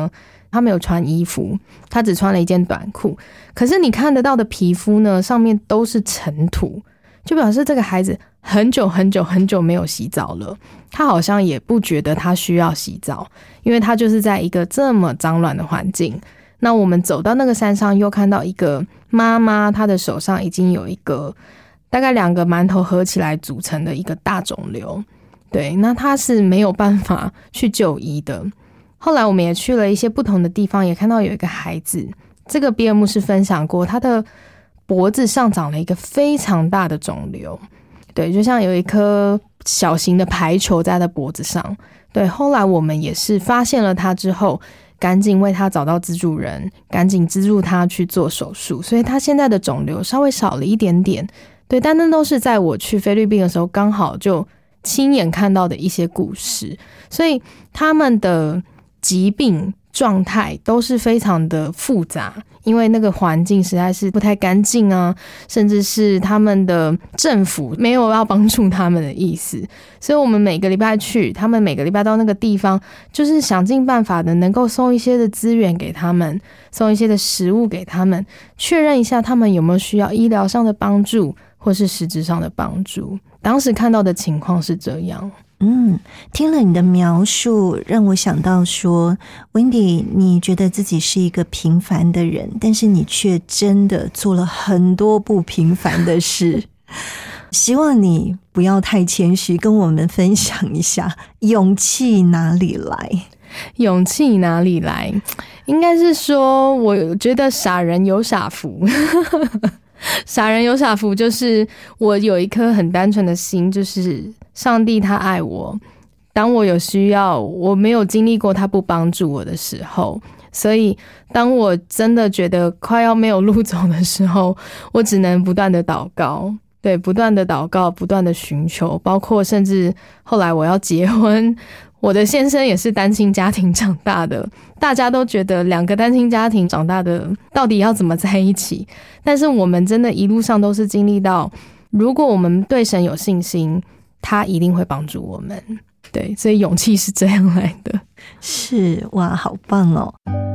他没有穿衣服，他只穿了一件短裤，可是你看得到的皮肤呢，上面都是尘土，就表示这个孩子很久很久很久没有洗澡了，他好像也不觉得他需要洗澡，因为他就是在一个这么脏乱的环境。那我们走到那个山上，又看到一个妈妈，她的手上已经有一个大概两个馒头合起来组成的一个大肿瘤，对，那她是没有办法去就医的。后来我们也去了一些不同的地方，也看到有一个孩子，这个比尔牧师分享过，他的脖子上长了一个非常大的肿瘤，对，就像有一颗小型的排球在他的脖子上。对，后来我们也是发现了他之后，赶紧为他找到资助人，赶紧资助他去做手术，所以他现在的肿瘤稍微少了一点点。对，但那都是在我去菲律宾的时候刚好就亲眼看到的一些故事，所以他们的疾病状态都是非常的复杂，因为那个环境实在是不太干净啊，甚至是他们的政府没有要帮助他们的意思，所以我们每个礼拜去，他们每个礼拜到那个地方，就是想尽办法的能够送一些的资源给他们，送一些的食物给他们，确认一下他们有没有需要医疗上的帮助或是实质上的帮助。当时看到的情况是这样。 嗯，听了你的描述，让我想到说 Wendy 你觉得自己是一个平凡的人，但是你却真的做了很多不平凡的事希望你不要太谦虚，跟我们分享一下勇气哪里来。 勇气哪里来，应该是说我觉得傻人有傻福傻人有傻福，就是我有一颗很单纯的心，就是上帝他爱我，当我有需要，我没有经历过他不帮助我的时候，所以当我真的觉得快要没有路走的时候，我只能不断的祷告，对，不断的祷告，不断的寻求，包括甚至后来我要结婚，我的先生也是单亲家庭长大的，大家都觉得两个单亲家庭长大的到底要怎么在一起，但是我们真的一路上都是经历到，如果我们对神有信心，他一定会帮助我们。对，所以勇气是这样来的。 是，哇，好棒哦。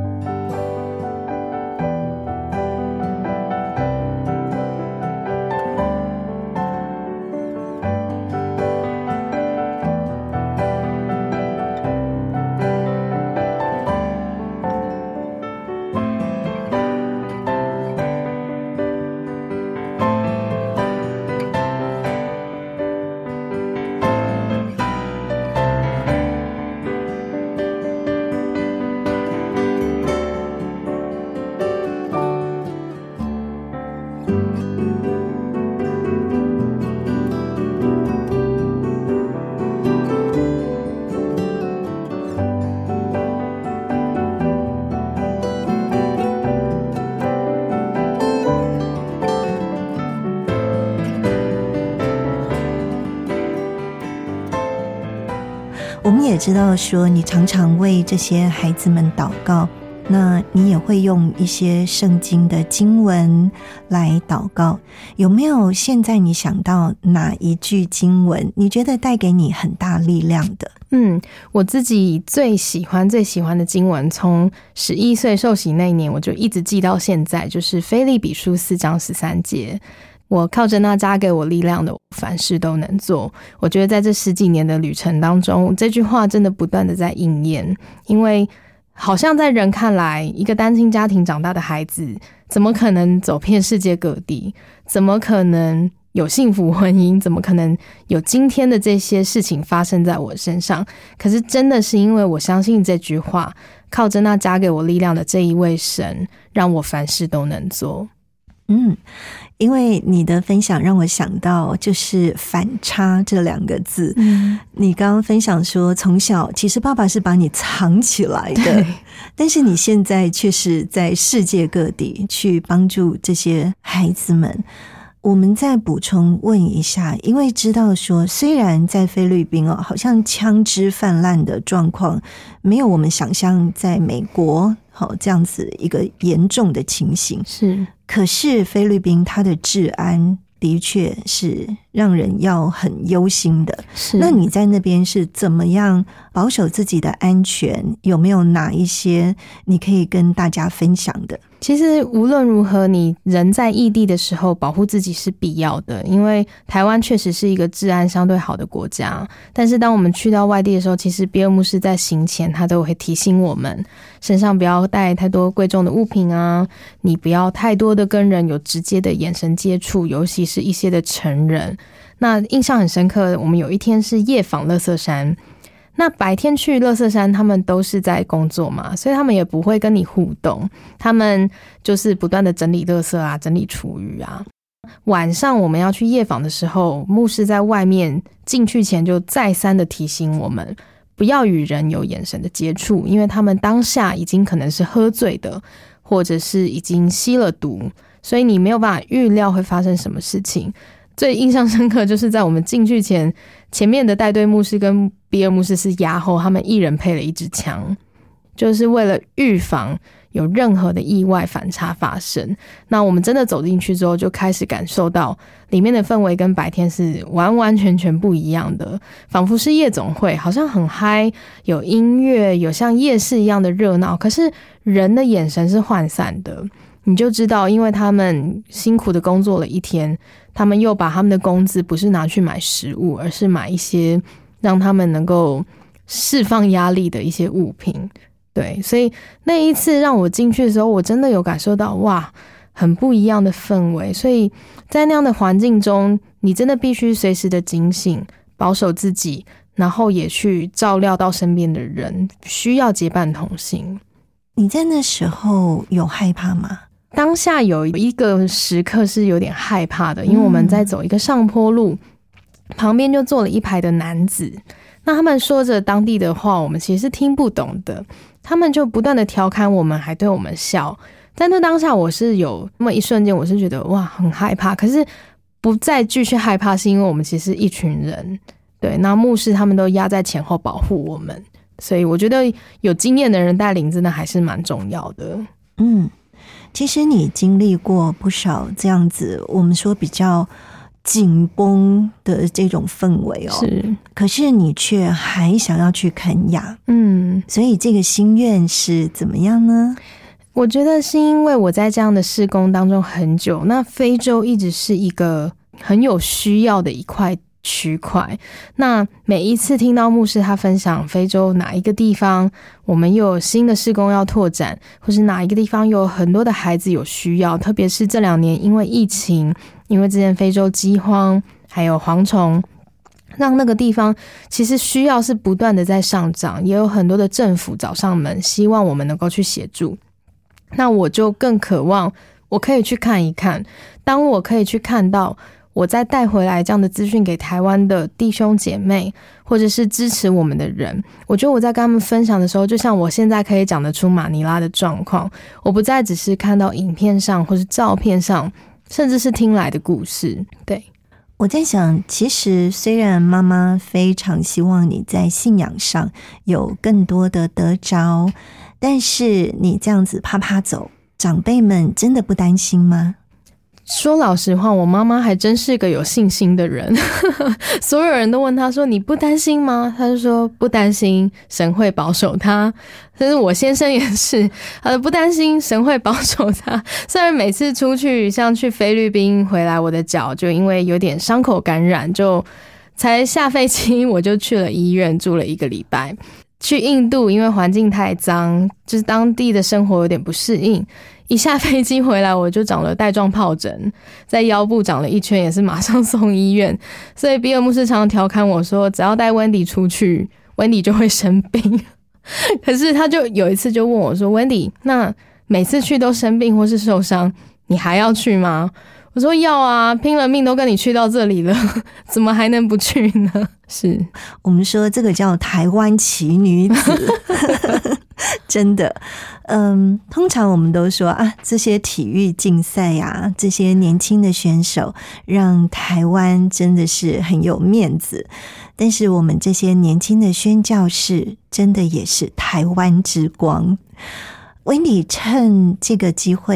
我们也知道说你常常为这些孩子们祷告，那你也会用一些圣经的经文来祷告，有没有现在你想到哪一句经文你觉得带给你很大力量的？ 嗯，我自己最喜欢最喜欢的经文，从十一岁受洗那一年我就一直记到现在，就是腓立比书四章十三节，我靠着那加给我力量的，凡事都能做。我觉得在这十几年的旅程当中，这句话真的不断的在应验，因为好像在人看来，一个单亲家庭长大的孩子怎么可能走遍世界各地，怎么可能有幸福婚姻，怎么可能有今天的这些事情发生在我身上。可是真的是因为我相信这句话，靠着那加给我力量的这一位神，让我凡事都能做。 嗯，因为你的分享让我想到就是反差这两个字。嗯，你刚刚分享说从小其实爸爸是把你藏起来的，但是你现在却是在世界各地去帮助这些孩子们。我们再补充问一下，因为知道说虽然在菲律宾哦，好像枪支泛滥的状况没有我们想象在美国好这样子一个严重的情形， 是， 可是菲律宾它的治安的确是让人要很忧心的。 是， 那你在那边是怎么样保守自己的安全？有没有哪一些你可以跟大家分享的？ 其实无论如何，你人在异地的时候保护自己是必要的，因为台湾确实是一个治安相对好的国家，但是当我们去到外地的时候，其实比尔牧师在行前他都会提醒我们，身上不要带太多贵重的物品啊，你不要太多的跟人有直接的眼神接触，尤其是一些的成人。那印象很深刻，我们有一天是夜访垃圾山，那白天去垃圾山他们都是在工作嘛，所以他们也不会跟你互动，他们就是不断的整理垃圾啊，整理厨余啊。晚上我们要去夜访的时候，牧师在外面进去前就再三的提醒我们不要与人有眼神的接触，因为他们当下已经可能是喝醉的，或者是已经吸了毒，所以你没有办法预料会发生什么事情。最印象深刻就是在我们进去前，前面的带队牧师跟比尔牧师是押后，他们一人配了一支枪，就是为了预防有任何的意外反差发生。那我们真的走进去之后，就开始感受到里面的氛围跟白天是完完全全不一样的，仿佛是夜总会，好像很嗨，有音乐，有像夜市一样的热闹，可是人的眼神是涣散的。你就知道，因为他们辛苦的工作了一天，他们又把他们的工资不是拿去买食物，而是买一些让他们能够释放压力的一些物品。对，所以那一次让我进去的时候，我真的有感受到哇，很不一样的氛围。所以在那样的环境中，你真的必须随时的警醒，保守自己，然后也去照料到身边的人，需要结伴同行。 你在那时候有害怕吗？ 当下有一个时刻是有点害怕的，因为我们在走一个上坡路，旁边就坐了一排的男子，那他们说着当地的话，我们其实是听不懂的，他们就不断的调侃我们，还对我们笑。在那当下我是有那么一瞬间，我是觉得哇很害怕，可是不再继续害怕，是因为我们其实是一群人，对，那牧师他们都压在前后保护我们，所以我觉得有经验的人带领真的还是蛮重要的。 嗯，其实你经历过不少这样子我们说比较紧绷的这种氛围哦， 是， 可是你却还想要去肯亚， 嗯， 所以这个心愿是怎么样呢？ 我觉得是因为我在这样的事工当中很久，那非洲一直是一个很有需要的一块区块，那每一次听到牧师他分享非洲哪一个地方我们又有新的事工要拓展，或是哪一个地方又有很多的孩子有需要，特别是这两年因为疫情，因为之前非洲饥荒还有蝗虫，让那个地方其实需要是不断的在上涨，也有很多的政府找上门希望我们能够去协助。那我就更渴望我可以去看一看，当我可以去看到我再带回来这样的资讯给台湾的弟兄姐妹，或者是支持我们的人，我觉得我在跟他们分享的时候，就像我现在可以讲得出马尼拉的状况，我不再只是看到影片上或是照片上，甚至是听来的故事。对， 我在想，其实虽然妈妈非常希望你在信仰上有更多的得着，但是你这样子啪啪走，长辈们真的不担心吗？ 说老实话，我妈妈还真是个有信心的人所有人都问她说你不担心吗？她就说不担心，神会保守她。但是我先生也是，他说不担心，神会保守他。虽然每次出去像去菲律宾回来，我的脚就因为有点伤口感染，就才下飞机我就去了医院住了一个礼拜。去印度因为环境太脏，就是当地的生活有点不适应，一下飞机回来我就长了带状疱疹，在腰部长了一圈，也是马上送医院。所以比尔牧师常常调侃我说，只要带温迪出去，温迪就会生病可是他就有一次就问我说，温迪，那每次去都生病或是受伤，你还要去吗？我说要啊，拼了命都跟你去到这里了怎么还能不去呢？是我们说这个叫台湾奇女子真的，嗯，通常我们都说啊，这些体育竞赛啊，这些年轻的选手让台湾真的是很有面子，但是我们这些年轻的宣教士真的也是台湾之光。Wendy 趁这个机会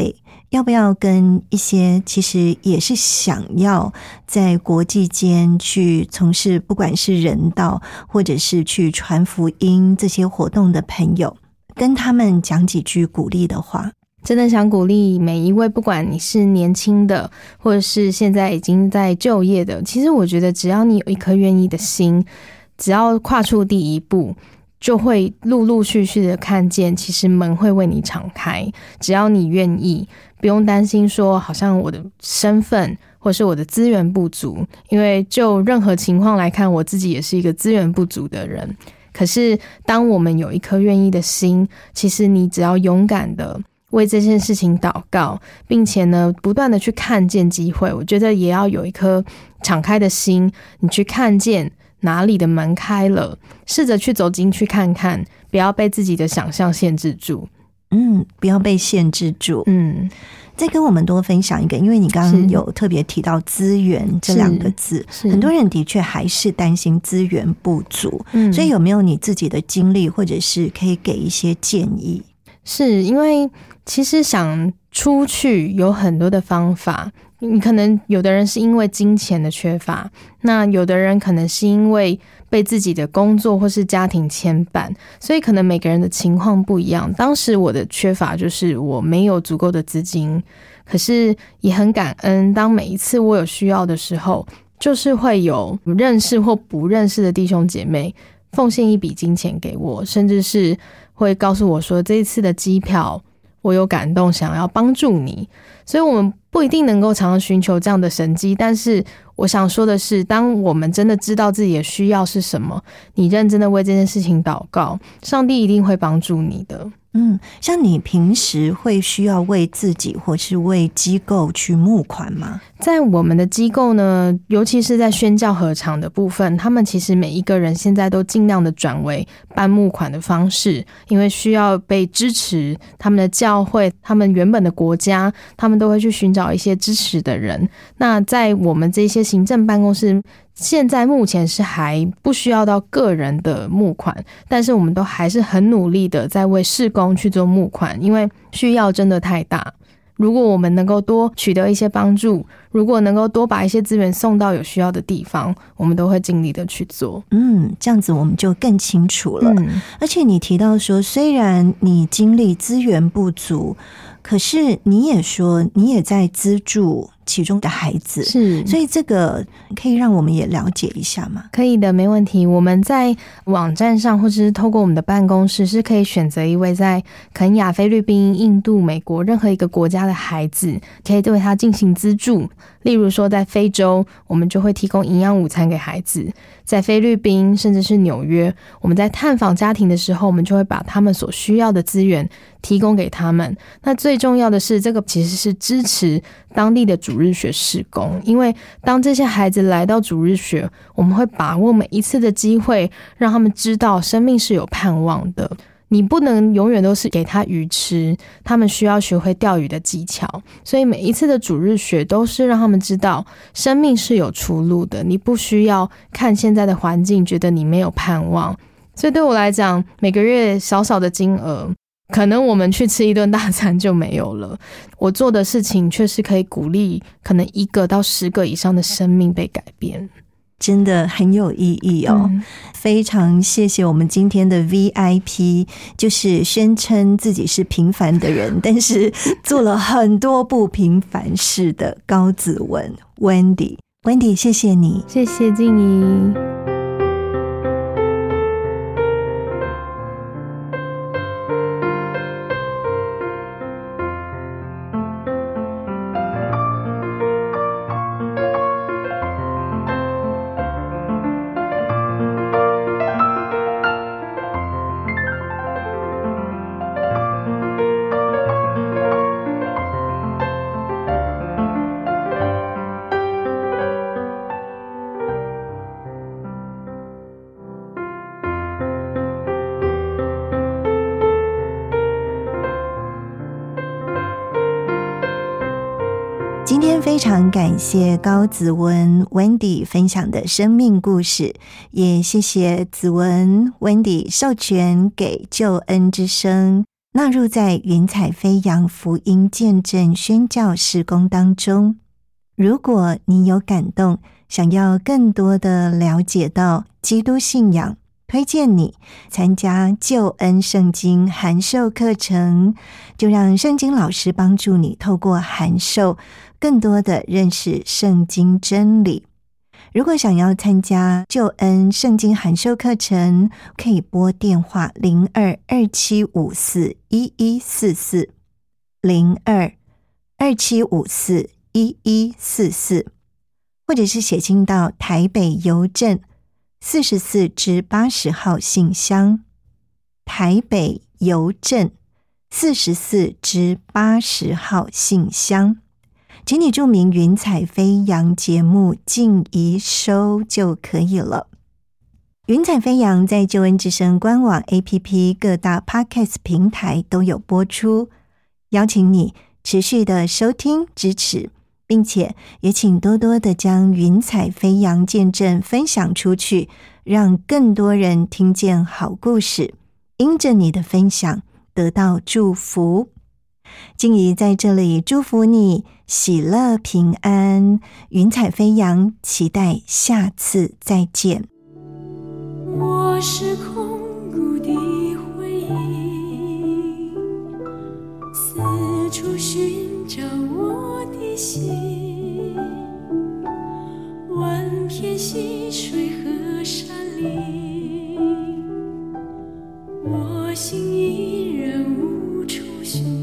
要不要跟一些其实也是想要在国际间去从事不管是人道或者是去传福音这些活动的朋友，跟他们讲几句鼓励的话？ 真的想鼓励每一位，不管你是年轻的或者是现在已经在就业的，其实我觉得只要你有一颗愿意的心，只要跨出第一步，就会陆陆续续的看见其实门会为你敞开。只要你愿意，不用担心说好像我的身份或是我的资源不足，因为就任何情况来看，我自己也是一个资源不足的人。可是当我们有一颗愿意的心，其实你只要勇敢的为这件事情祷告，并且呢不断的去看见机会，我觉得也要有一颗敞开的心，你去看见哪里的门开了，试着去走进去看看，不要被自己的想象限制住。 嗯，不要被限制住。 嗯， 再跟我们多分享一个，因为你刚刚有特别提到资源这两个字，很多人的确还是担心资源不足，嗯，所以有没有你自己的经历，或者是可以给一些建议？ 是因为其实想出去有很多的方法，你可能有的人是因为金钱的缺乏，那有的人可能是因为被自己的工作或是家庭牵绊，所以可能每个人的情况不一样。当时我的缺乏就是我没有足够的资金，可是也很感恩，当每一次我有需要的时候，就是会有认识或不认识的弟兄姐妹奉献一笔金钱给我，甚至是会告诉我说这一次的机票我有感动，想要帮助你。所以我们不一定能够常常寻求这样的神迹，但是我想说的是，当我们真的知道自己的需要是什么，你认真的为这件事情祷告，上帝一定会帮助你的。 嗯，像你平时会需要为自己或是为机构去募款吗？ 在我们的机构呢，尤其是在宣教合场的部分，他们其实每一个人现在都尽量的转为办募款的方式，因为需要被支持，他们的教会，他们原本的国家，他们都会去寻找一些支持的人。那在我们这些行政办公室，现在目前是还不需要到个人的募款，但是我们都还是很努力的在为事工去做募款，因为需要真的太大。如果我们能够多取得一些帮助，如果能够多把一些资源送到有需要的地方，我们都会尽力的去做。 嗯，这样子我们就更清楚了。嗯，而且你提到说，虽然你经历资源不足，可是你也说你也在资助其中的孩子， 是， 所以这个可以让我们也了解一下吗？ 可以的，没问题。我们在网站上或者是透过我们的办公室，是可以选择一位在肯亚、菲律宾、印度、美国任何一个国家的孩子，可以对他进行资助。例如说在非洲，我们就会提供营养午餐给孩子；在菲律宾甚至是纽约，我们在探访家庭的时候，我们就会把他们所需要的资源提供给他们。那最重要的是，这个其实是支持当地的主日学事工，因为当这些孩子来到主日学，我们会把握每一次的机会，让他们知道生命是有盼望的。你不能永远都是给他鱼吃，他们需要学会钓鱼的技巧，所以每一次的主日学都是让他们知道生命是有出路的，你不需要看现在的环境觉得你没有盼望。所以对我来讲，每个月少少的金额，可能我们去吃一顿大餐就没有了，我做的事情却是可以鼓励可能一个到十个以上的生命被改变， 真的很有意义哦、嗯、非常谢谢我们今天的 V I P， 就是宣称自己是平凡的人但是做了很多不平凡事的高子文 Wendy Wendy 谢谢你。 谢谢静怡。 今天非常感谢高子文 Wendy 分享的生命故事，也谢谢子文 Wendy 授权给救恩之声。 纳入在云彩飞扬福音见证宣教事工当中。如果你有感动，想要更多的了解到基督信仰，推荐你参加救恩圣经函授课程，就让圣经老师帮助你透过函授更多的认识圣经真理。如果想要参加救恩圣经函授课程，可以拨电话零二二七五四一一四四 零二二七五四一一四四，或者是写信到台北邮政四十四至八十号信箱，台北邮政四十四至八十号信箱，请你注明云彩飞扬节目静怡收就可以了。云彩飞扬在救恩之声官网 A P P 各大 Podcast 平台都有播出，邀请你持续的收听支持，并且也请多多的将云彩飞扬见证分享出去，让更多人听见好故事，因着你的分享得到祝福。静怡在这里祝福你喜乐平安，云彩飞扬，期待下次再见。 我是空谷的回忆，四处寻找我的心，万片溪水和山林，我心依然无处寻。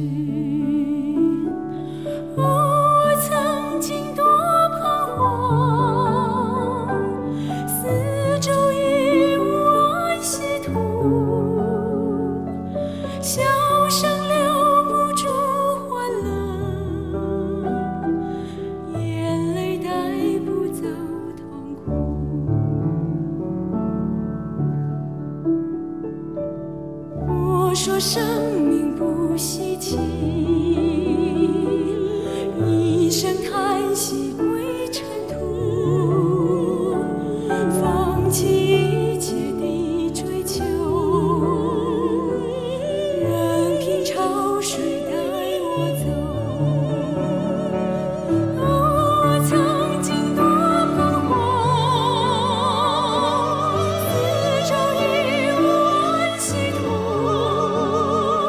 我曾经多彷徨，四周已无安息土，笑声留不住欢乐，眼泪带不走痛苦。我说生命不稀奇，一声叹息归尘土，放弃一切的追求，任凭潮水带我走。我曾经多彷徨，四周已无安息土，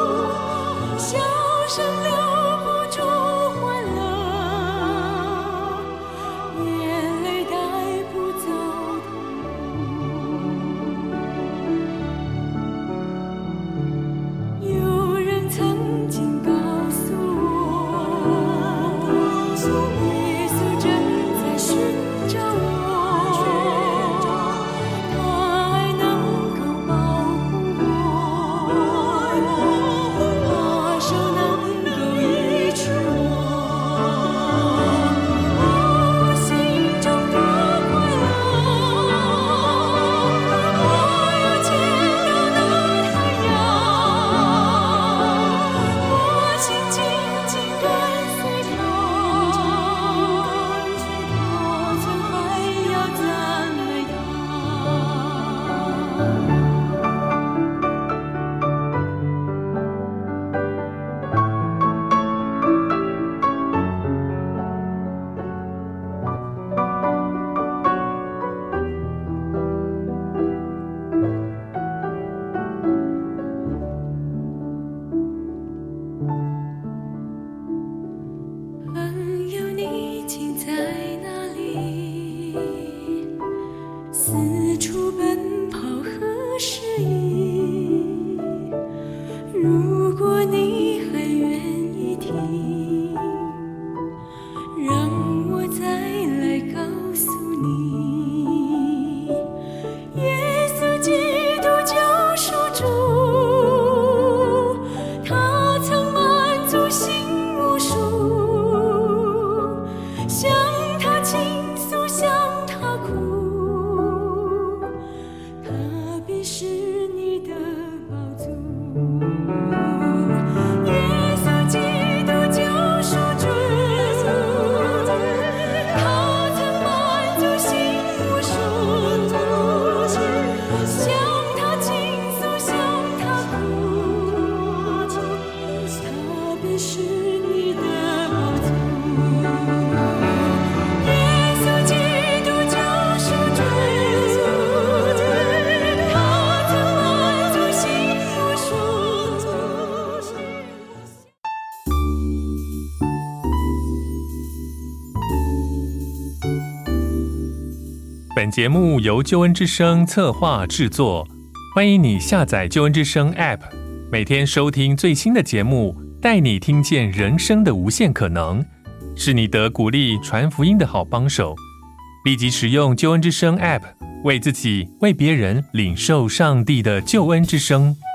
本节目由救恩之声策划制作，欢迎你下载救恩之声 App， 每天收听最新的节目，带你听见人生的无限可能，是你得鼓励传福音的好帮手。立即使用救恩之声 App， 为自己、为别人领受上帝的救恩之声。